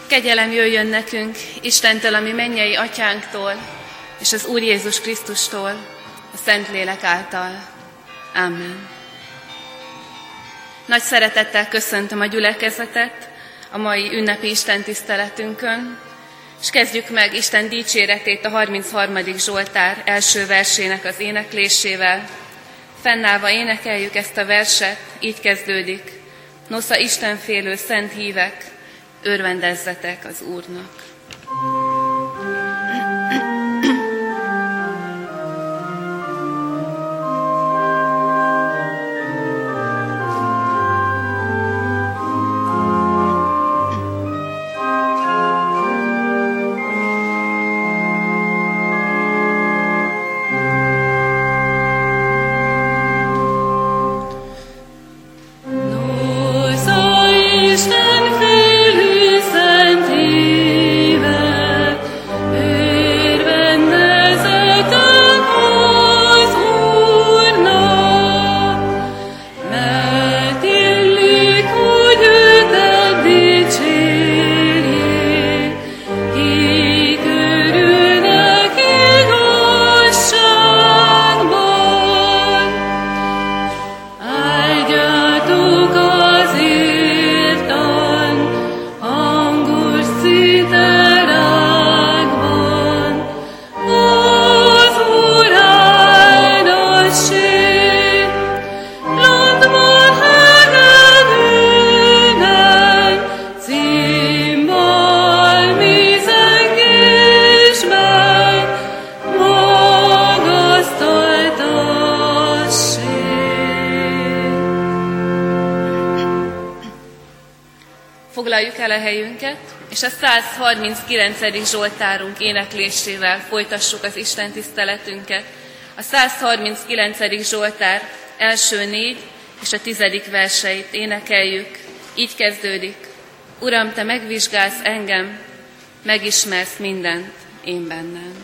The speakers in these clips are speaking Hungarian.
Kegyelem jöjjön nekünk Istentől, ami mennyei atyánktól, és az Úr Jézus Krisztustól, a Szentlélek által. Amen. Nagy szeretettel köszöntöm a gyülekezetet a mai ünnepi istentiszteletünkön, és kezdjük meg Isten dicséretét a 33. Zsoltár első versének az éneklésével. Fennállva énekeljük ezt a verset, így kezdődik. Nosza istenfélő szent hívek, örvendezzetek az Úrnak. Foglaljuk el a helyünket, és a 139. Zsoltárunk éneklésével folytassuk az Isten tiszteletünket. A 139. Zsoltár első 4 és a 10. verseit énekeljük. Így kezdődik. Uram, te megvizsgálsz engem, megismersz mindent én bennem.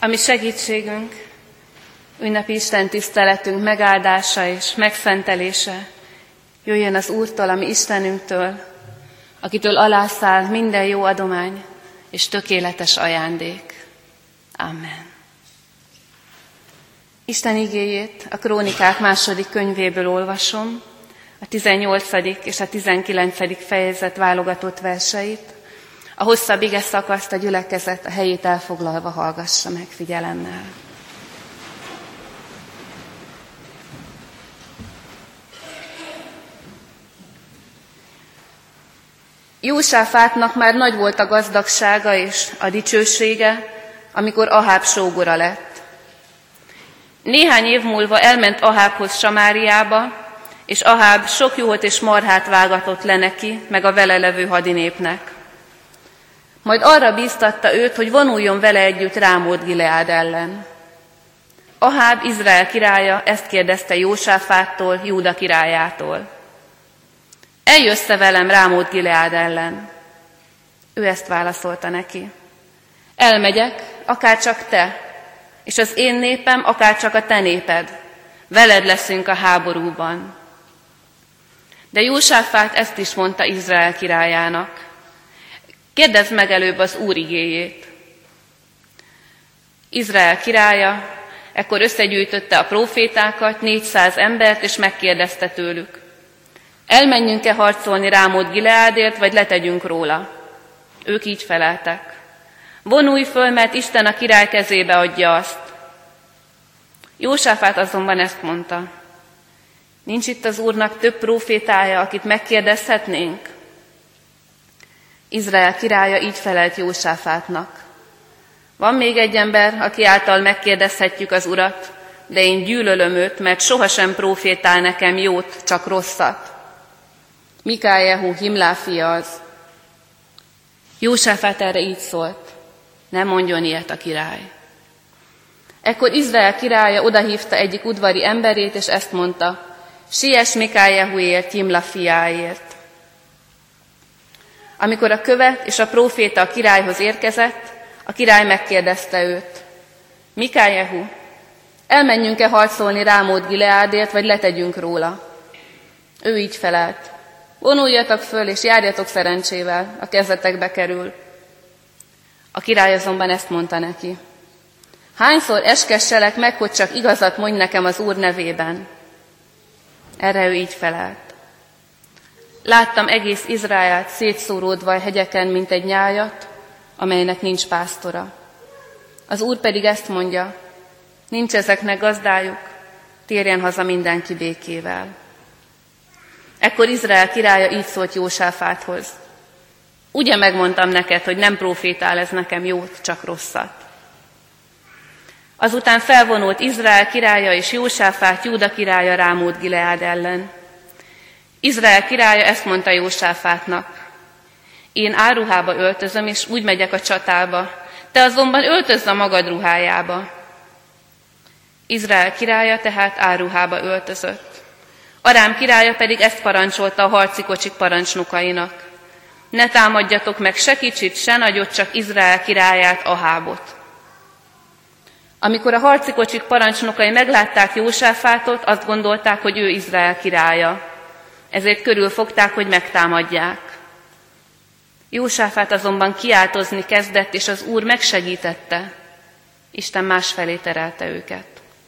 Ami segítségünk, ünnepi Isten tiszteletünk megáldása és megszentelése jöjjön az Úrtól, ami Istenünktől, akitől alászáll minden jó adomány és tökéletes ajándék. Amen. Isten igéjét a Krónikák 2. könyvéből olvasom, a 18. és a 19. fejezet válogatott verseit. A hosszabb ige szakaszt a gyülekezet a helyét elfoglalva hallgassa meg figyelemmel. Jósáfátnak már nagy volt a gazdagsága és a dicsősége, amikor Aháb sógora lett. Néhány év múlva elment Ahábhoz Samáriába, és Aháb sok juhot és marhát vágatott le neki, meg a vele levő hadinépnek. Majd arra bíztatta őt, hogy vonuljon vele együtt Rámót-Gileád ellen. Aháb Izrael királya ezt kérdezte Jósáfáttól, Júda királyától. Eljössz-e velem Rámót-Gileád ellen? Ő ezt válaszolta neki. Elmegyek, akárcsak te, és az én népem, akárcsak a te néped. Veled leszünk a háborúban. De Jósáfát ezt is mondta Izrael királyának. Kérdezd meg előbb az Úr igéjét. Izrael királya ekkor összegyűjtötte a prófétákat, 400 embert, és megkérdezte tőlük. Elmenjünk-e harcolni Rámót-Gileádért, vagy letegyünk róla? Ők így feleltek. Vonulj föl, mert Isten a király kezébe adja azt. Jósáfát azonban ezt mondta. Nincs itt az Úrnak több prófétája, akit megkérdezhetnénk? Izrael királya így felelt Jósáfátnak. Van még egy ember, aki által megkérdezhetjük az Urat, de én gyűlölöm őt, mert sohasem prófétál nekem jót, csak rosszat. Mikájehu, Himlá fia az. Jósáfát erre így szólt. Nem mondjon ilyet a király. Ekkor Izrael királya odahívta egyik udvari emberét, és ezt mondta. Siess Mikájehuért, Himlá fiáért. Amikor a követ és a próféta a királyhoz érkezett, a király megkérdezte őt. Mikájehu, elmenjünk-e harcolni Rámót-Gileádért, vagy letegyünk róla? Ő így felelt. Vonuljatok föl, és járjatok szerencsével, a kezetekbe kerül. A király azonban ezt mondta neki. Hányszor eskesselek meg, hogy csak igazat mondj nekem az Úr nevében? Erre ő így felelt. Láttam egész Izraelt szétszóródva a hegyeken, mint egy nyájat, amelynek nincs pásztora. Az Úr pedig ezt mondja, nincs ezeknek gazdájuk, térjen haza mindenki békével. Ekkor Izrael királya így szólt Jósáfáthoz. Ugye megmondtam neked, hogy nem prófétál ez nekem jót, csak rosszat. Azután felvonult Izrael királya és Jósáfát, Júda királya Rámót-Gileád ellen. Izrael királya ezt mondta Jósáfátnak. Én áruhába öltözöm, és úgy megyek a csatába, te azonban öltözz a magad ruhájába. Izrael királya tehát áruhába öltözött. Arám királya pedig ezt parancsolta a harci kocsik parancsnokainak. Ne támadjatok meg se kicsit, se nagyot, csak Izrael királyát, Ahábot. Amikor a harci kocsik parancsnokai meglátták Jósáfátot, azt gondolták, hogy ő Izrael királya. Ezért körülfogták, hogy megtámadják. Jósáfát azonban kiáltozni kezdett, és az Úr megsegítette. Isten másfelé terelte őket.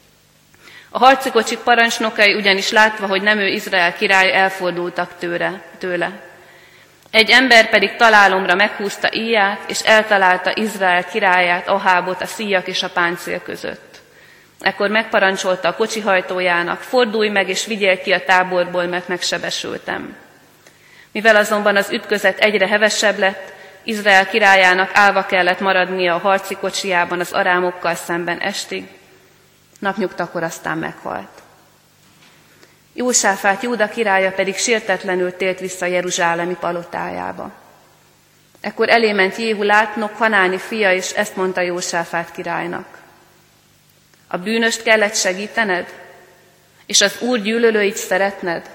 A harci kocsik parancsnokai ugyanis látva, hogy nem ő Izrael király, elfordultak tőle. Egy ember pedig találomra meghúzta íját, és eltalálta Izrael királyát, Ahábot a szíjak és a páncél között. Ekkor megparancsolta a kocsihajtójának, fordulj meg és vigyél ki a táborból, mert megsebesültem. Mivel azonban az ütközet egyre hevesebb lett, Izrael királyának állva kellett maradnia a harci kocsijában az arámokkal szemben estig, napnyugtakor aztán meghalt. Jósáfát, Júda királya pedig sértetlenül tért vissza Jeruzsálemi palotájába. Ekkor elé ment Jéhu látnok, Hanáni fia, és ezt mondta Jósáfát királynak. A bűnöst kellett segítened, és az Úr gyűlölőit szeretned?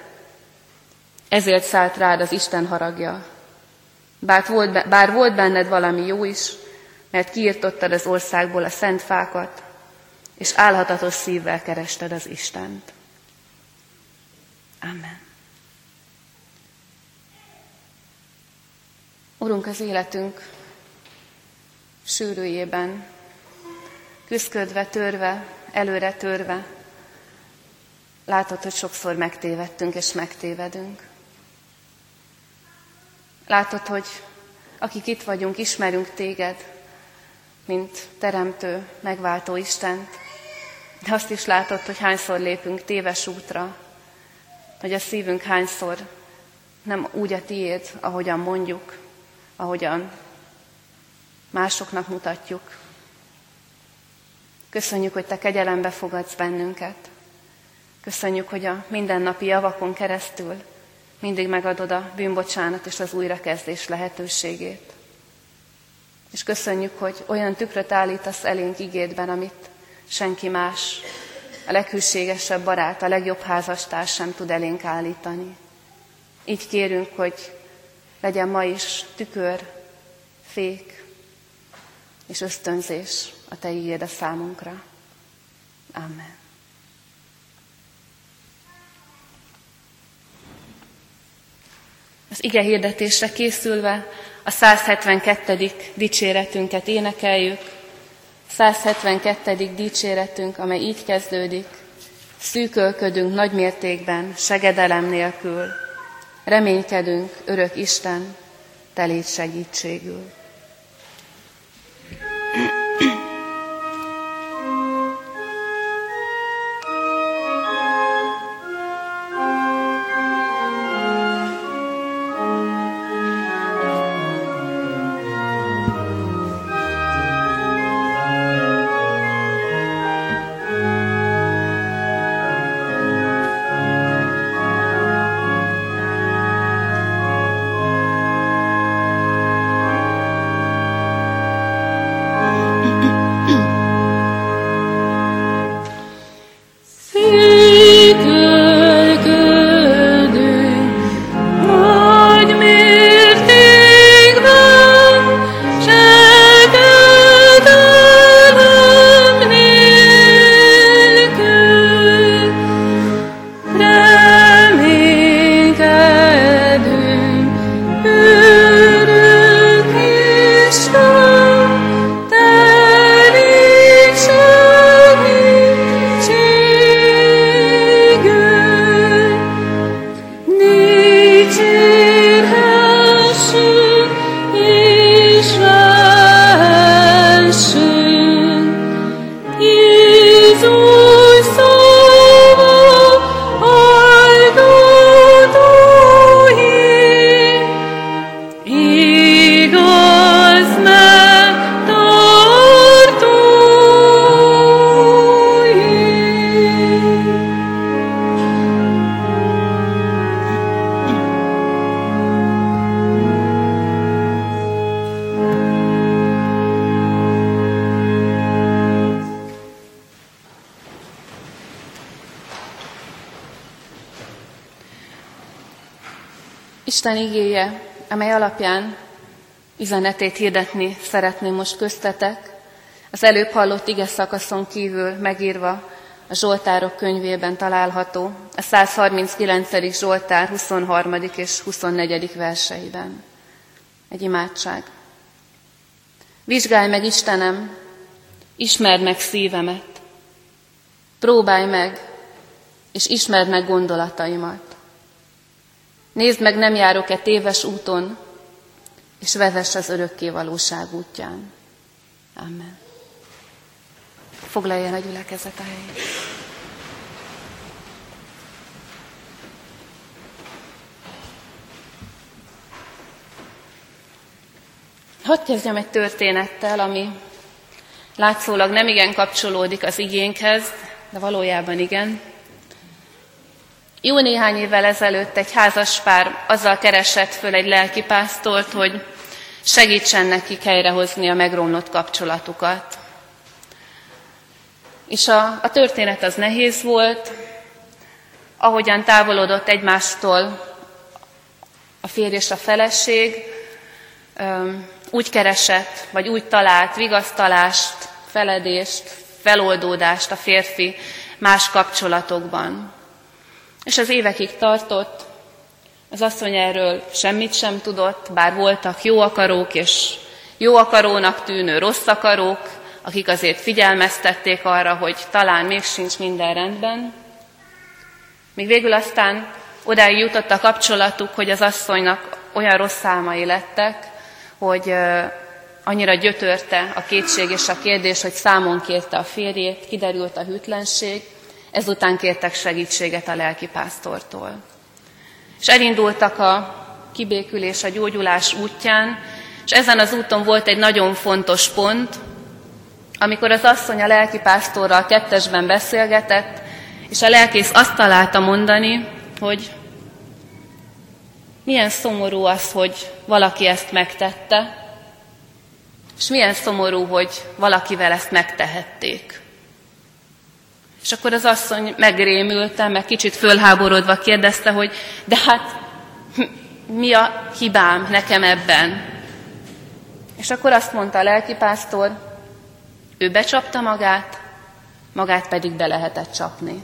Ezért szállt rád az Isten haragja. Bár volt benned valami jó is, mert kiirtottad az országból a szent fákat, és álhatatos szívvel kerested az Istent. Amen. Urunk, az életünk sűrűjében, küszködve, törve, előre törve, látod, hogy sokszor megtévedtünk és megtévedünk. Látod, hogy akik itt vagyunk, ismerünk téged, mint teremtő, megváltó Istent, de azt is látod, hogy hányszor lépünk téves útra, hogy a szívünk hányszor nem úgy a tiéd, ahogyan mondjuk, ahogyan másoknak mutatjuk. Köszönjük, hogy te kegyelembe fogadsz bennünket. Köszönjük, hogy a mindennapi javakon keresztül mindig megadod a bűnbocsánat és az újrakezdés lehetőségét. És köszönjük, hogy olyan tükröt állítasz elénk igédben, amit senki más, a leghűségesebb barát, a legjobb házastárs sem tud elénk állítani. Így kérünk, hogy legyen ma is tükör, fék és ösztönzés a te igéd a számunkra. Amen. Az ige hirdetésre készülve a 172. dicséretünket énekeljük. 172. dicséretünk, amely így kezdődik. Szűkölködünk nagymértékben, segedelem nélkül, reménykedünk, örök Isten, te légy segítségül. Isten igéje, amely alapján üzenetét hirdetni szeretném most köztetek, az előbb hallott ige szakaszon kívül megírva a Zsoltárok könyvében található, a 139. Zsoltár 23. és 24. verseiben. Egy imádság. Vizsgálj meg, Istenem, ismerd meg szívemet, próbálj meg, és ismerd meg gondolataimat. Nézd meg, nem járok-e téves úton, és vezess az örökké valóság útján. Amen. Foglaljon a gyülekezet a helyét. Hadd kezdjem egy történettel, ami látszólag nem igen kapcsolódik az igénkhez, de valójában igen. Jó néhány évvel ezelőtt egy házaspár azzal keresett föl egy lelkipásztort, hogy segítsen nekik helyrehozni a megromlott kapcsolatukat. És a történet az nehéz volt, ahogyan távolodott egymástól a férj és a feleség, úgy keresett, vagy úgy talált vigasztalást, feledést, feloldódást a férfi más kapcsolatokban. És az évekig tartott, az asszony erről semmit sem tudott, bár voltak jó akarók és jó akarónak tűnő rossz akarók, akik azért figyelmeztették arra, hogy talán még sincs minden rendben. Míg végül aztán odáig jutott a kapcsolatuk, hogy az asszonynak olyan rossz álmai lettek, hogy annyira gyötörte a kétség és a kérdés, hogy számon kérte a férjét, kiderült a hűtlenség, ezután kértek segítséget a lelkipásztortól. És elindultak a kibékülés, a gyógyulás útján, és ezen az úton volt egy nagyon fontos pont, amikor az asszony a lelkipásztorral kettesben beszélgetett, és a lelkész azt találta mondani, hogy milyen szomorú az, hogy valaki ezt megtette, és milyen szomorú, hogy valakivel ezt megtehették. És akkor az asszony megrémülten, meg kicsit fölháborodva kérdezte, hogy de hát mi a hibám nekem ebben? És akkor azt mondta a lelkipásztor, ő becsapta magát pedig be lehetett csapni.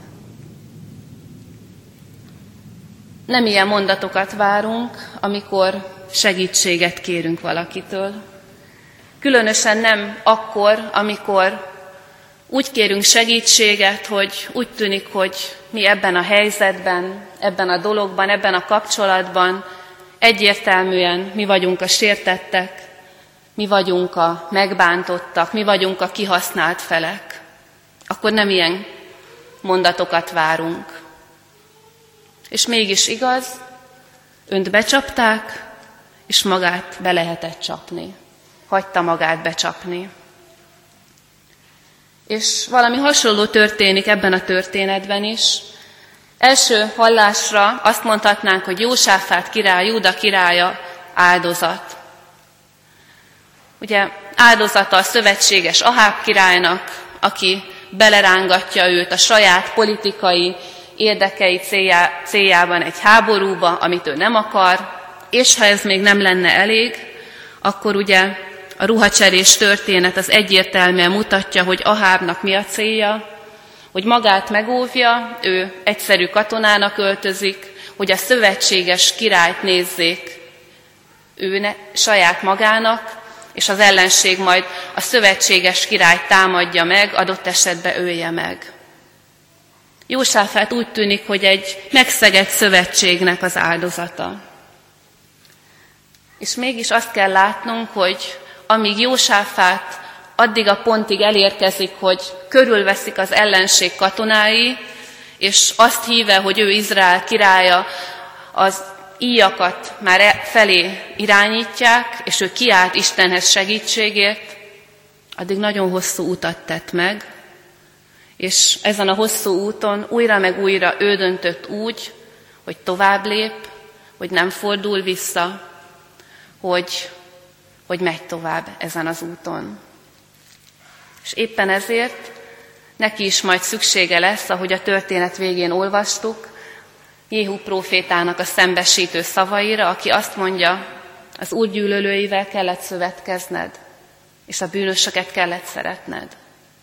Nem ilyen mondatokat várunk, amikor segítséget kérünk valakitől. Különösen nem akkor, amikor úgy kérünk segítséget, hogy úgy tűnik, hogy mi ebben a helyzetben, ebben a dologban, ebben a kapcsolatban egyértelműen mi vagyunk a sértettek, mi vagyunk a megbántottak, mi vagyunk a kihasznált felek. Akkor nem ilyen mondatokat várunk. És mégis igaz, önt becsapták, és magát be lehetett csapni. Hagyta magát becsapni. És valami hasonló történik ebben a történetben is. Első hallásra azt mondhatnánk, hogy Jósáfát király, Júda királya áldozat. Ugye áldozata a szövetséges Aháb királynak, aki belerángatja őt a saját politikai érdekei céljában egy háborúba, amit ő nem akar, és ha ez még nem lenne elég, akkor ugye a ruhacserés történet az egyértelműen mutatja, hogy Ahábnak mi a célja, hogy magát megóvja, ő egyszerű katonának öltözik, hogy a szövetséges királyt nézzék saját magának, és az ellenség majd a szövetséges királyt támadja meg, adott esetben ölje meg. Jósáfát úgy tűnik, hogy egy megszegett szövetségnek az áldozata. És mégis azt kell látnunk, hogy amíg Jósáfát addig a pontig elérkezik, hogy körülveszik az ellenség katonái, és azt híve, hogy ő Izrael királya, az íjakat már felé irányítják, és ő kiált Istenhez segítségért, addig nagyon hosszú utat tett meg, és ezen a hosszú úton újra meg újra ő döntött úgy, hogy tovább lép, hogy nem fordul vissza, hogy megy tovább ezen az úton. És éppen ezért neki is majd szüksége lesz, ahogy a történet végén olvastuk, Jéhu prófétának a szembesítő szavaira, aki azt mondja, az Úr gyűlölőivel kellett szövetkezned, és a bűnösöket kellett szeretned.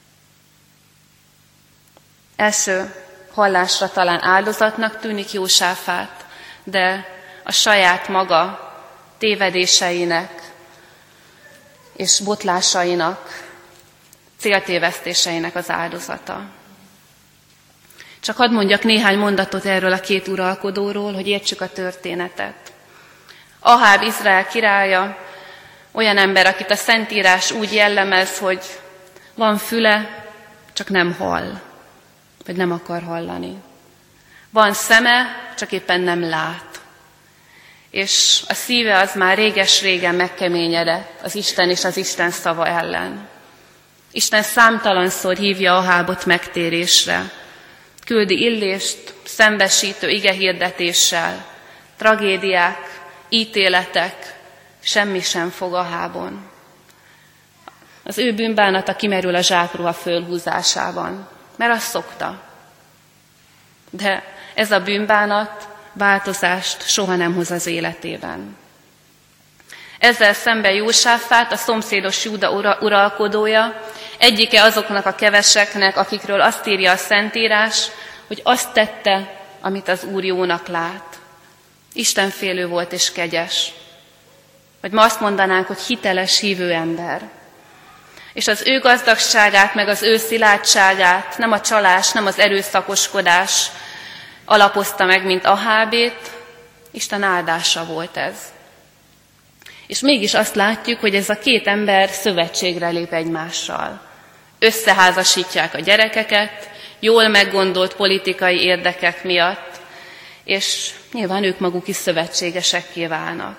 Első hallásra talán áldozatnak tűnik Jósáfát, de a saját maga tévedéseinek és botlásainak, céltévesztéseinek az áldozata. Csak hadd mondjak néhány mondatot erről a két uralkodóról, hogy értsük a történetet. Aháb Izrael királya olyan ember, akit a Szentírás úgy jellemez, hogy van füle, csak nem hall, vagy nem akar hallani. Van szeme, csak éppen nem lát. És a szíve az már réges-régen megkeményedett az Isten és az Isten szava ellen. Isten számtalanszor hívja Ahábot megtérésre. Küldi Illést szembesítő igehirdetéssel, tragédiák, ítéletek, semmi sem fog Ahábon. Az ő bűnbánata kimerül a zsákruha fölhúzásában, mert azt szokta. De ez a bűnbánat változást soha nem hoz az életében. Ezzel szemben Jósáfát, a szomszédos Júda uralkodója, egyike azoknak a keveseknek, akikről azt írja a Szentírás, hogy azt tette, amit az Úr jónak lát. Istenfélő volt és kegyes. Vagy ma azt mondanánk, hogy hiteles hívő ember. És az ő gazdagságát, meg az ő szilárdságát nem a csalás, nem az erőszakoskodás alapozta meg, mint Ahábét, Isten áldása volt ez. És mégis azt látjuk, hogy ez a két ember szövetségre lép egymással. Összeházasítják a gyerekeket, jól meggondolt politikai érdekek miatt, és nyilván ők maguk is szövetségesekké válnak.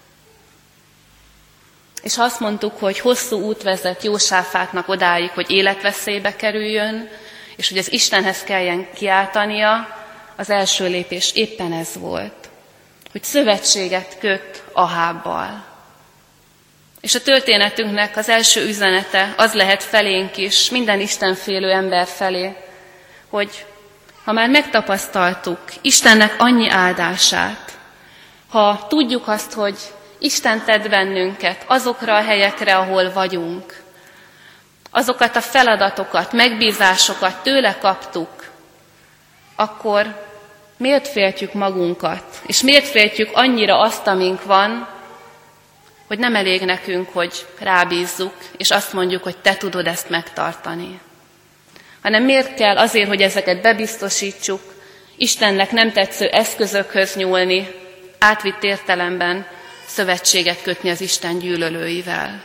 És ha azt mondtuk, hogy hosszú út vezet Jósáfátnak odáig, hogy életveszélybe kerüljön, és hogy az Istenhez kelljen kiáltania, az első lépés éppen ez volt, hogy szövetséget köt Ahábbal. És a történetünknek az első üzenete az lehet felénk is, minden istenfélő ember felé, hogy ha már megtapasztaltuk Istennek annyi áldását, ha tudjuk azt, hogy Isten tett bennünket azokra a helyekre, ahol vagyunk, azokat a feladatokat, megbízásokat tőle kaptuk, akkor miért féltjük magunkat, és miért féltjük annyira azt, amink van, hogy nem elég nekünk, hogy rábízzuk, és azt mondjuk, hogy te tudod ezt megtartani. Hanem miért kell azért, hogy ezeket bebiztosítsuk, Istennek nem tetsző eszközökhöz nyúlni, átvitt értelemben szövetséget kötni az Isten gyűlölőivel.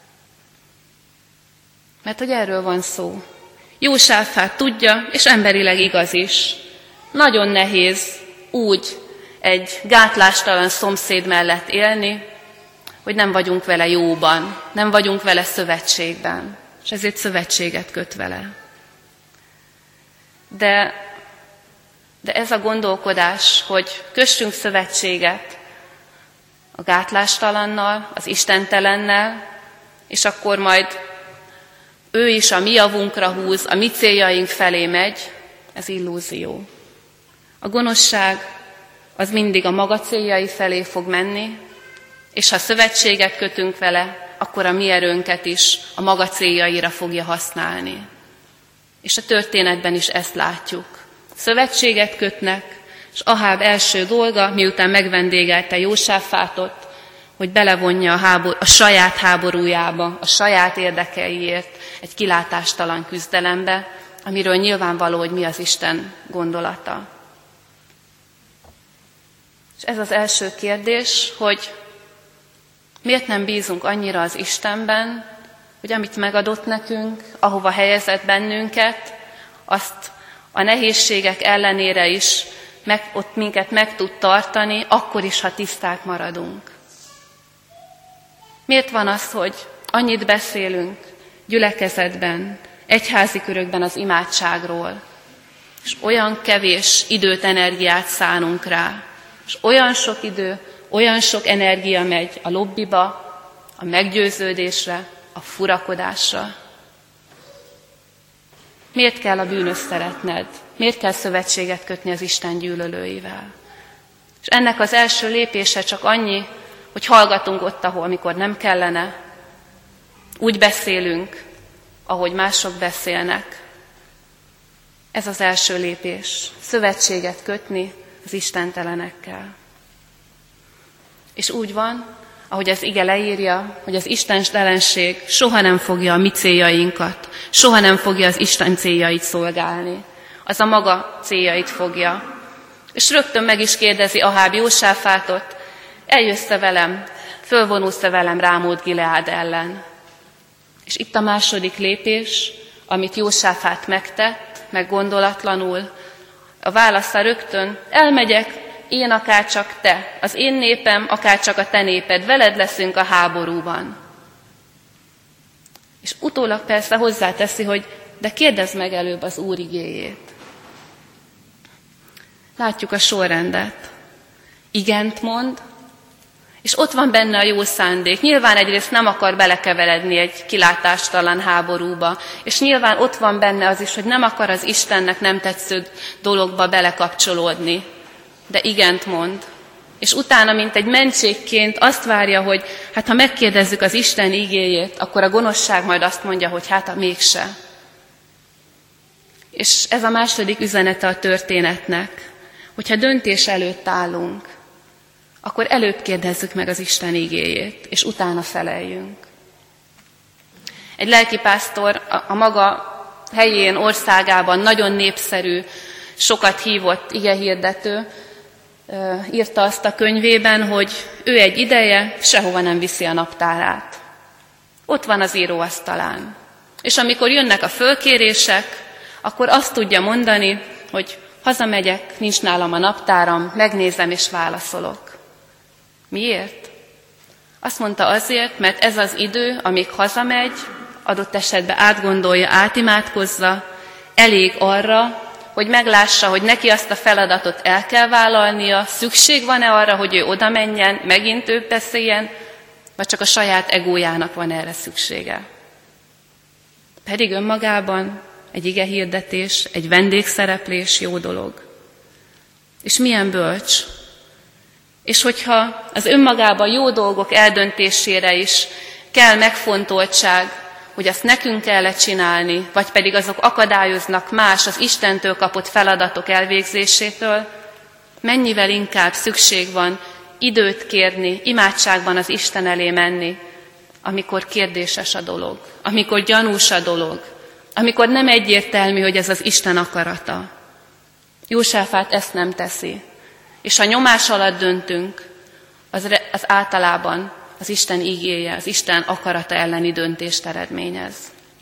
Mert hogy erről van szó. Jósáfát tudja, és emberileg igaz is. Nagyon nehéz úgy egy gátlástalan szomszéd mellett élni, hogy nem vagyunk vele jóban, nem vagyunk vele szövetségben, és ezért szövetséget köt vele. De ez a gondolkodás, hogy kössünk szövetséget a gátlástalannal, az istentelennel, és akkor majd ő is a mi javunkra húz, a mi céljaink felé megy, ez illúzió. A gonoszság az mindig a maga céljai felé fog menni, és ha szövetséget kötünk vele, akkor a mi erőnket is a maga céljaira fogja használni. És a történetben is ezt látjuk. Szövetséget kötnek, és Aháb első dolga, miután megvendégelte Jósáfátot, hogy belevonja a saját háborújába, a saját érdekeiért egy kilátástalan küzdelembe, amiről nyilvánvaló, hogy mi az Isten gondolata. És ez az első kérdés, hogy miért nem bízunk annyira az Istenben, hogy amit megadott nekünk, ahova helyezett bennünket, azt a nehézségek ellenére is ott minket meg tud tartani, akkor is, ha tiszták maradunk. Miért van az, hogy annyit beszélünk gyülekezetben, egyházi körökben az imádságról, és olyan kevés időt, energiát szánunk rá, és olyan sok idő, olyan sok energia megy a lobbiba, a meggyőződésre, a furakodásra. Miért kell a bűnöst szeretned? Miért kell szövetséget kötni az Isten gyűlölőivel? És ennek az első lépése csak annyi, hogy hallgatunk ott, ahol mikor nem kellene, úgy beszélünk, ahogy mások beszélnek. Ez az első lépés, szövetséget kötni az istentelenekkel. És úgy van, ahogy az ige leírja, hogy az istentelenség soha nem fogja a mi céljainkat, soha nem fogja az Isten céljait szolgálni. Az a maga céljait fogja. És rögtön meg is kérdezi Aháb Jósáfátot, eljössz-e velem, fölvonulsz-e velem Rámót Gileád ellen. És itt a második lépés, amit Jósáfát megtett, meg gondolatlanul, a válasza rögtön, elmegyek, én akárcsak te, az én népem, akárcsak a te néped, veled leszünk a háborúban. És utólag persze hozzáteszi, hogy de kérdezd meg előbb az Úr igéjét. Látjuk a sorrendet. Igent mond, és ott van benne a jó szándék. Nyilván egyrészt nem akar belekeveredni egy kilátástalan háborúba, és nyilván ott van benne az is, hogy nem akar az Istennek nem tetsző dologba belekapcsolódni. De igent mond. és utána, mint egy mentségként azt várja, hogy hát ha megkérdezzük az Isten igéjét, akkor a gonoszság majd azt mondja, hogy hát mégse. És ez a második üzenete a történetnek, hogyha döntés előtt állunk, akkor előbb kérdezzük meg az Isten igéjét, és utána feleljünk. Egy lelkipásztor a maga helyén, országában nagyon népszerű, sokat hívott igehirdető, írta azt a könyvében, hogy ő egy ideje sehova nem viszi a naptárát. Ott van az íróasztalán. És amikor jönnek a fölkérések, akkor azt tudja mondani, hogy hazamegyek, nincs nálam a naptáram, megnézem és válaszolok. Miért? Azt mondta azért, mert ez az idő, amíg hazamegy, adott esetben átgondolja, átimádkozza, elég arra, hogy meglássa, hogy neki azt a feladatot el kell vállalnia, szükség van-e arra, hogy ő oda menjen, megint ő beszéljen, vagy csak a saját egójának van erre szüksége. Pedig önmagában egy igehirdetés, egy vendégszereplés jó dolog. És milyen bölcs. És hogyha az önmagában jó dolgok eldöntésére is kell megfontoltság, hogy azt nekünk kellett csinálni, vagy pedig azok akadályoznak más az Istentől kapott feladatok elvégzésétől, mennyivel inkább szükség van időt kérni, imádságban az Isten elé menni, amikor kérdéses a dolog, amikor gyanús a dolog, amikor nem egyértelmű, hogy ez az Isten akarata. Jósáfát ezt nem teszi. És ha nyomás alatt döntünk, az általában az Isten igéje, az Isten akarata elleni döntést eredményez.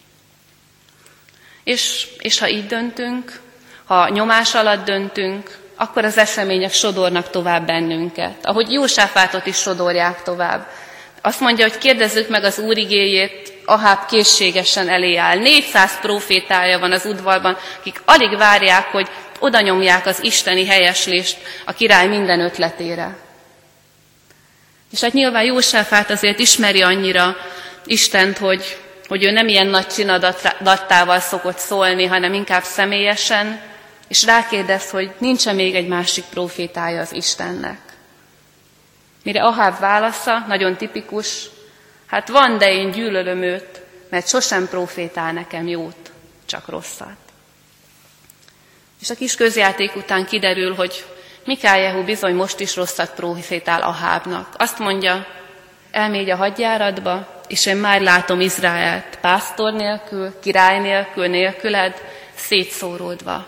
És ha így döntünk, ha nyomás alatt döntünk, akkor az események sodornak tovább bennünket. Ahogy Jósáfátot is sodorják tovább. Azt mondja, hogy kérdezzük meg az Úr igéjét, Aháb készségesen elé áll. 400 prófétája van az udvarban, akik alig várják, hogy oda nyomják az isteni helyeslést a király minden ötletére. És hát nyilván Jósáfát azért ismeri annyira Istent, hogy ő nem ilyen nagy csinadattával szokott szólni, hanem inkább személyesen, és rákérdez, hogy nincs-e még egy másik prófétája az Istennek. Mire Aháb válasza, nagyon tipikus, hát van, de én gyűlölöm őt, mert sosem prófétál nekem jót, csak rosszat. És a kis közjáték után kiderül, hogy Mikájehu bizony most is rosszat prófétál Ahábnak. Azt mondja, elmegy a hadjáratba, és én már látom Izraelt pásztor nélkül, király nélkül, nélküled, szétszóródva.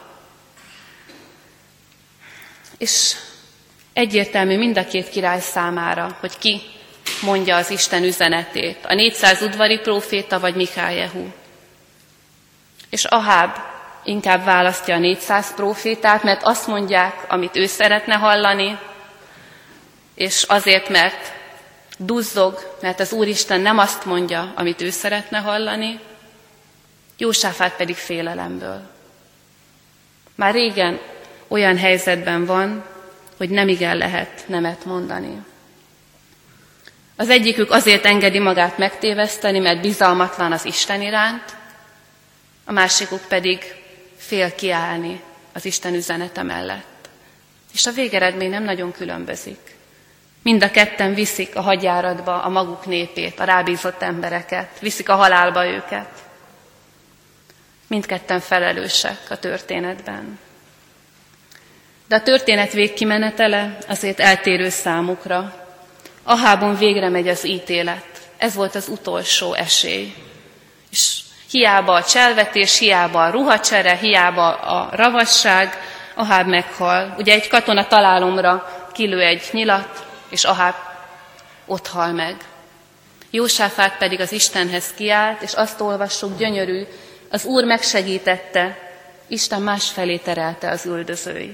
És egyértelmű mind a két király számára, hogy ki mondja az Isten üzenetét, a 400 udvari próféta vagy Mikájehu. És Aháb inkább választja a 400 prófétát, mert azt mondják, amit ő szeretne hallani, és azért, mert duzzog, mert az Úristen nem azt mondja, amit ő szeretne hallani, Jósáfát pedig félelemből. Már régen olyan helyzetben van, hogy nem igen lehet nemet mondani. Az egyikük azért engedi magát megtéveszteni, mert bizalmatlan az Isten iránt, a másikuk pedig fél kiállni az Isten üzenete mellett. És a végeredmény nem nagyon különbözik. Mind a ketten viszik a hadjáratba a maguk népét, a rábízott embereket, viszik a halálba őket. Mindketten felelősek a történetben. De a történet végkimenetele azért eltérő számukra. Ahábon végre megy az ítélet. Ez volt az utolsó esély. És hiába a cselvetés, hiába a ruhacsere, hiába a ravasság, Aháb meghal. Ugye egy katona találomra kilő egy nyilat, és Aháb ott hal meg. Jósáfát pedig az Istenhez kiállt, és azt olvassuk, gyönyörű, az Úr megsegítette, Isten másfelé terelte az üldözőit.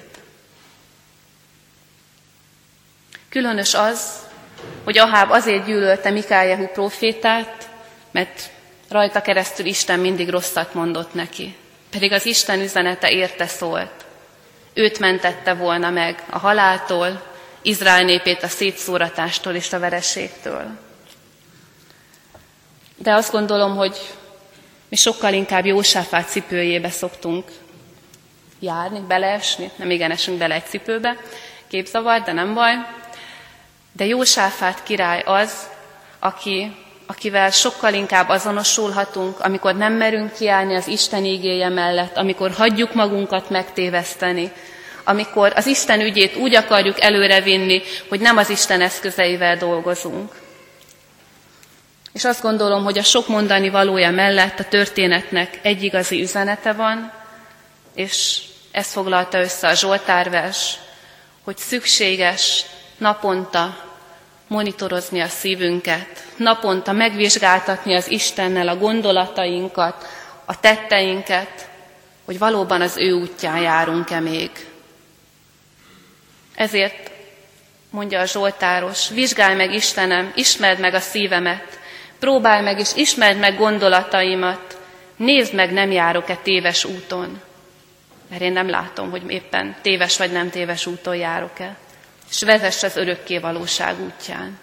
Különös az, hogy Aháb azért gyűlölte Mikájehu prófétát, mert rajta keresztül Isten mindig rosszat mondott neki. Pedig az Isten üzenete érte szólt. Őt mentette volna meg a haláltól, Izrael népét a szétszóratástól és a vereségtől. De azt gondolom, hogy mi sokkal inkább Jósáfát cipőjébe szoktunk járni, beleesni. Nem igen esünk bele egy cipőbe, képzavar, de nem baj. De Jósáfát király az, akivel sokkal inkább azonosulhatunk, amikor nem merünk kiállni az Isten igéje mellett, amikor hagyjuk magunkat megtéveszteni, amikor az Isten ügyét úgy akarjuk előrevinni, hogy nem az Isten eszközeivel dolgozunk. És azt gondolom, hogy a sok mondani valója mellett a történetnek egy igazi üzenete van, és ezt foglalta össze a Zsoltárvers, hogy szükséges naponta monitorozni a szívünket, naponta megvizsgáltatni az Istennel a gondolatainkat, a tetteinket, hogy valóban az ő útján járunk-e még. Ezért mondja a Zsoltáros, vizsgálj meg Istenem, ismerd meg a szívemet, próbálj meg és ismerd meg gondolataimat, nézd meg, nem járok-e téves úton. Mert én nem látom, hogy éppen téves vagy nem téves úton járok-e. És vezess az örökké valóság útján.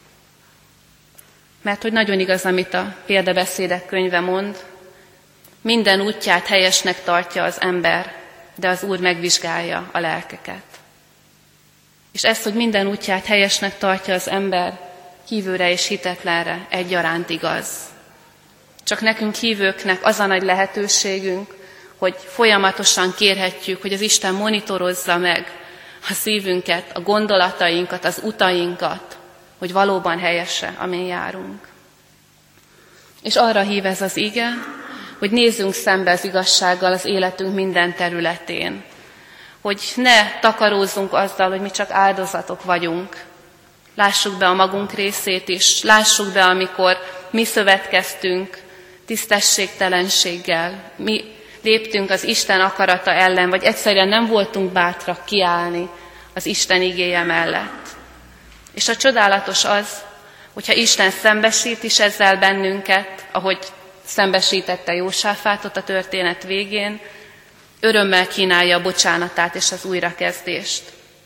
Mert hogy nagyon igaz, amit a Példabeszédek könyve mond, minden útját helyesnek tartja az ember, de az Úr megvizsgálja a lelkeket. És ez, hogy minden útját helyesnek tartja az ember, hívőre és hitetlenre egyaránt igaz. Csak nekünk hívőknek az a nagy lehetőségünk, hogy folyamatosan kérhetjük, hogy az Isten monitorozza meg a szívünket, a gondolatainkat, az utainkat, hogy valóban helyese, amin járunk. És arra hív ez az ige, hogy nézzünk szembe az igazsággal az életünk minden területén. Hogy ne takarózzunk azzal, hogy mi csak áldozatok vagyunk. Lássuk be a magunk részét is, lássuk be, amikor mi szövetkeztünk tisztességtelenséggel, mi léptünk az Isten akarata ellen, vagy egyszerűen nem voltunk bátrak kiállni az Isten igéje mellett. És a csodálatos az, hogyha Isten szembesít is ezzel bennünket, ahogy szembesítette Jósáfátot a történet végén, örömmel kínálja a bocsánatát és az újrakezdést.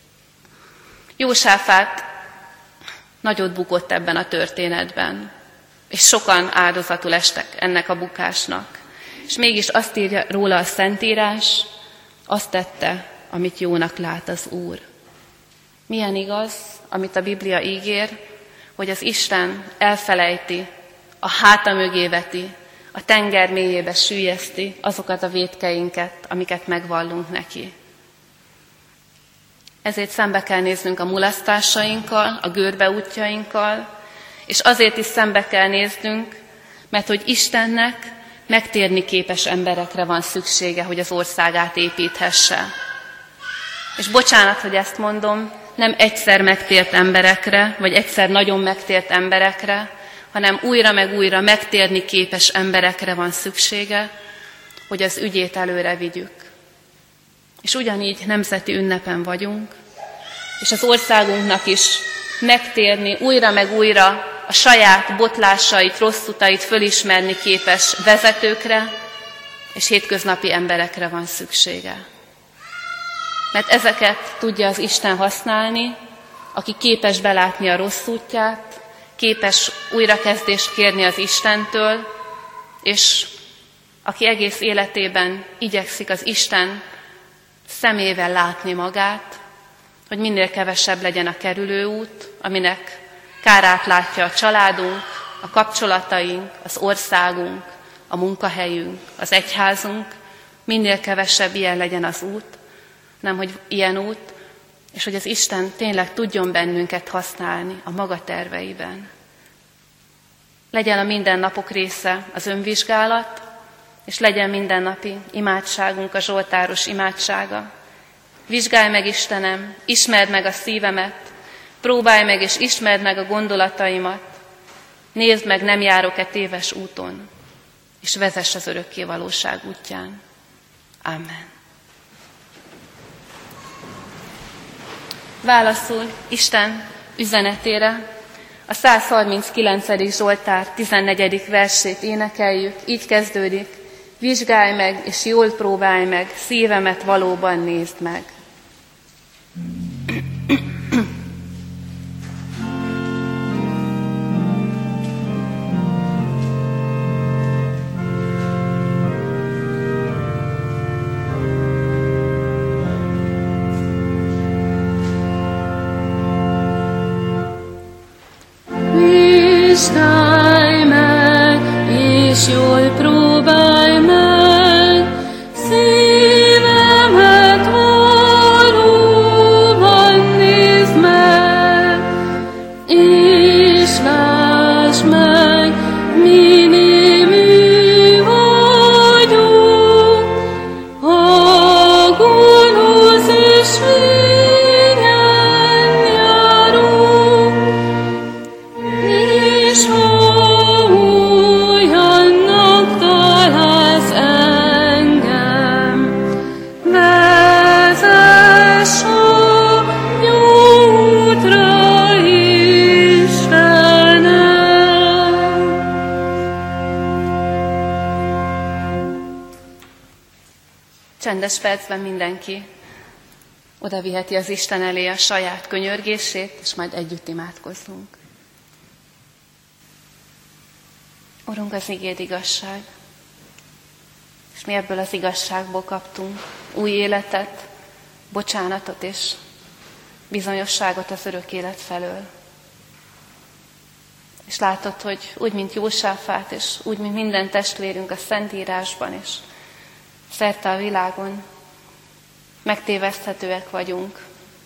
Jósáfát nagyot bukott ebben a történetben, és sokan áldozatul estek ennek a bukásnak. És mégis azt írja róla a Szentírás, azt tette, amit jónak lát az Úr. Milyen igaz, amit a Biblia ígér, hogy az Isten elfelejti, a háta mögé veti, a tenger mélyébe süllyeszti azokat a vétkeinket, amiket megvallunk neki. Ezért szembe kell néznünk a mulasztásainkkal, a görbeútjainkkal, és azért is szembe kell néznünk, mert hogy Istennek megtérni képes emberekre van szüksége, hogy az országát építhesse. És bocsánat, hogy ezt mondom, nem egyszer megtért emberekre, vagy egyszer nagyon megtért emberekre, hanem újra meg újra megtérni képes emberekre van szüksége, hogy az ügyét előre vigyük. És ugyanígy nemzeti ünnepen vagyunk, és az országunknak is megtérni újra meg újra a saját botlásait, rossz utait fölismerni képes vezetőkre és hétköznapi emberekre van szüksége. Mert ezeket tudja az Isten használni, aki képes belátni a rossz útját, képes újrakezdést kérni az Istentől, és aki egész életében igyekszik az Isten szemével látni magát, hogy minél kevesebb legyen a kerülőút, aminek kárát látja a családunk, a kapcsolataink, az országunk, a munkahelyünk, az egyházunk, minél kevesebb ilyen legyen az út, nem hogy ilyen út, és hogy az Isten tényleg tudjon bennünket használni a maga terveiben. Legyen a mindennapok része az önvizsgálat, és legyen mindennapi imádságunk a zsoltáros imádsága. Vizsgálj meg, Istenem, ismerd meg a szívemet, próbálj meg és ismerd meg a gondolataimat, nézd meg, nem járok-e téves úton, és vezess az örökké valóság útján. Amen. Válaszul Isten üzenetére a 139. Zsoltár 14. versét énekeljük, így kezdődik: vizsgálj meg és jól próbálj meg, szívemet valóban nézd meg. Vizsgálj meg, és jól próbálj meg, szívemet valóban nézd meg, és lásd meg, mi némű vagyok, a gonosz és végen járok, és olyannak találsz engem, vezess a jó útra, Istenem. Csendes percben mindenki oda viheti az Isten elé a saját könyörgését, és majd együtt imádkozzunk. Urunk, az igéd igazság, és mi ebből az igazságból kaptunk új életet, bocsánatot és bizonyosságot az örök élet felől. És látod, hogy úgy, mint Jósáfát, és úgy, mint minden testvérünk a Szentírásban, és szerte a világon, megtéveszthetőek vagyunk.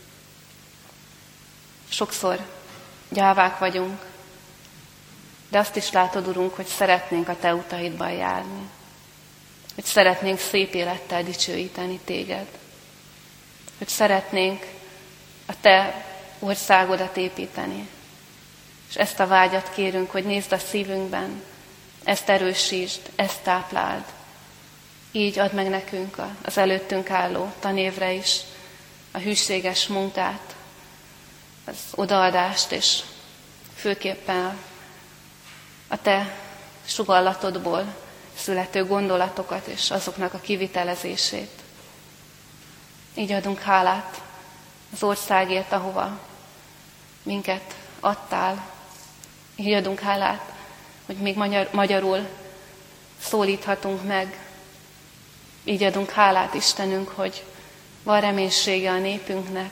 Sokszor gyávák vagyunk, de azt is látod, Urunk, hogy szeretnénk a Te utaidban járni. Hogy szeretnénk szép élettel dicsőíteni Téged. Hogy szeretnénk a Te országodat építeni. És ezt a vágyat kérünk, hogy nézd a szívünkben, ezt erősítsd, ezt tápláld. Így add meg nekünk az előttünk álló tanévre is a hűséges munkát, az odaadást, és főképpen a Te sugallatodból születő gondolatokat és azoknak a kivitelezését. Így adunk hálát az országért, ahova minket adtál. Így adunk hálát, hogy még magyarul szólíthatunk meg. Így adunk hálát, Istenünk, hogy van reménysége a népünknek.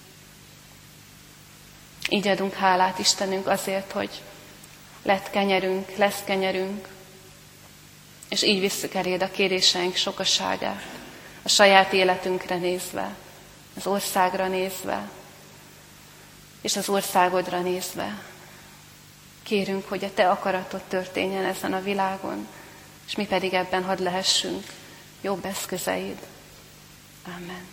Így adunk hálát, Istenünk, azért, hogy lett kenyerünk, lesz kenyerünk, és így visszük eléd a kéréseink sokaságát, a saját életünkre nézve, az országra nézve, és az országodra nézve. Kérünk, hogy a Te akaratod történjen ezen a világon, és mi pedig ebben hadd lehessünk jobb eszközeid. Amen.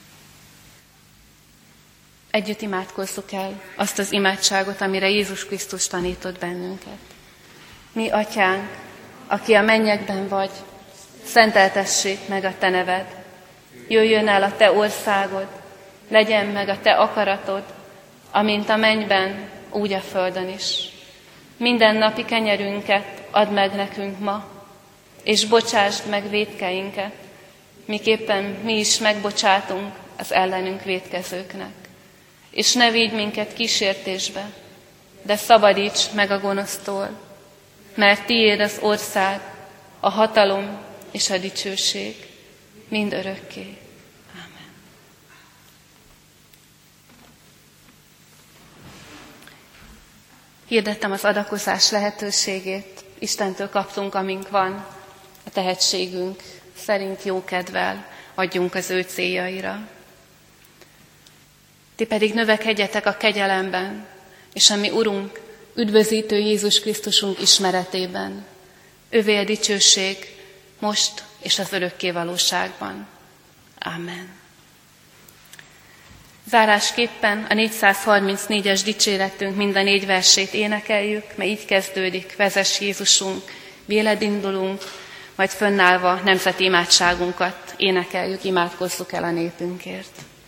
Együtt imádkozzuk el azt az imádságot, amire Jézus Krisztus tanított bennünket. Mi, Atyánk, aki a mennyekben vagy, szenteltessék meg a Te neved. Jöjjön el a Te országod, legyen meg a Te akaratod, amint a mennyben, úgy a földön is. Minden napi kenyerünket add meg nekünk ma, és bocsásd meg vétkeinket, miképpen mi is megbocsátunk az ellenünk vétkezőknek. És ne vigy minket kísértésbe, de szabadíts meg a gonosztól, mert Tiéd az ország, a hatalom és a dicsőség mind örökké. Ámen. Hirdettem az adakozás lehetőségét. Istentől kaptunk, amink van, a tehetségünk szerint jókedvel adjunk az ő céljaira. Ti pedig növekedjetek a kegyelemben, és a mi Urunk, üdvözítő Jézus Krisztusunk ismeretében. Övé a dicsőség most és az örökké valóságban. Amen. Zárásképpen a 434-es dicséretünk mind a 4 versét énekeljük, mert így kezdődik: vezess Jézusunk, véled indulunk, majd fönnállva nemzeti imádságunkat énekeljük, imádkozzuk el a népünkért.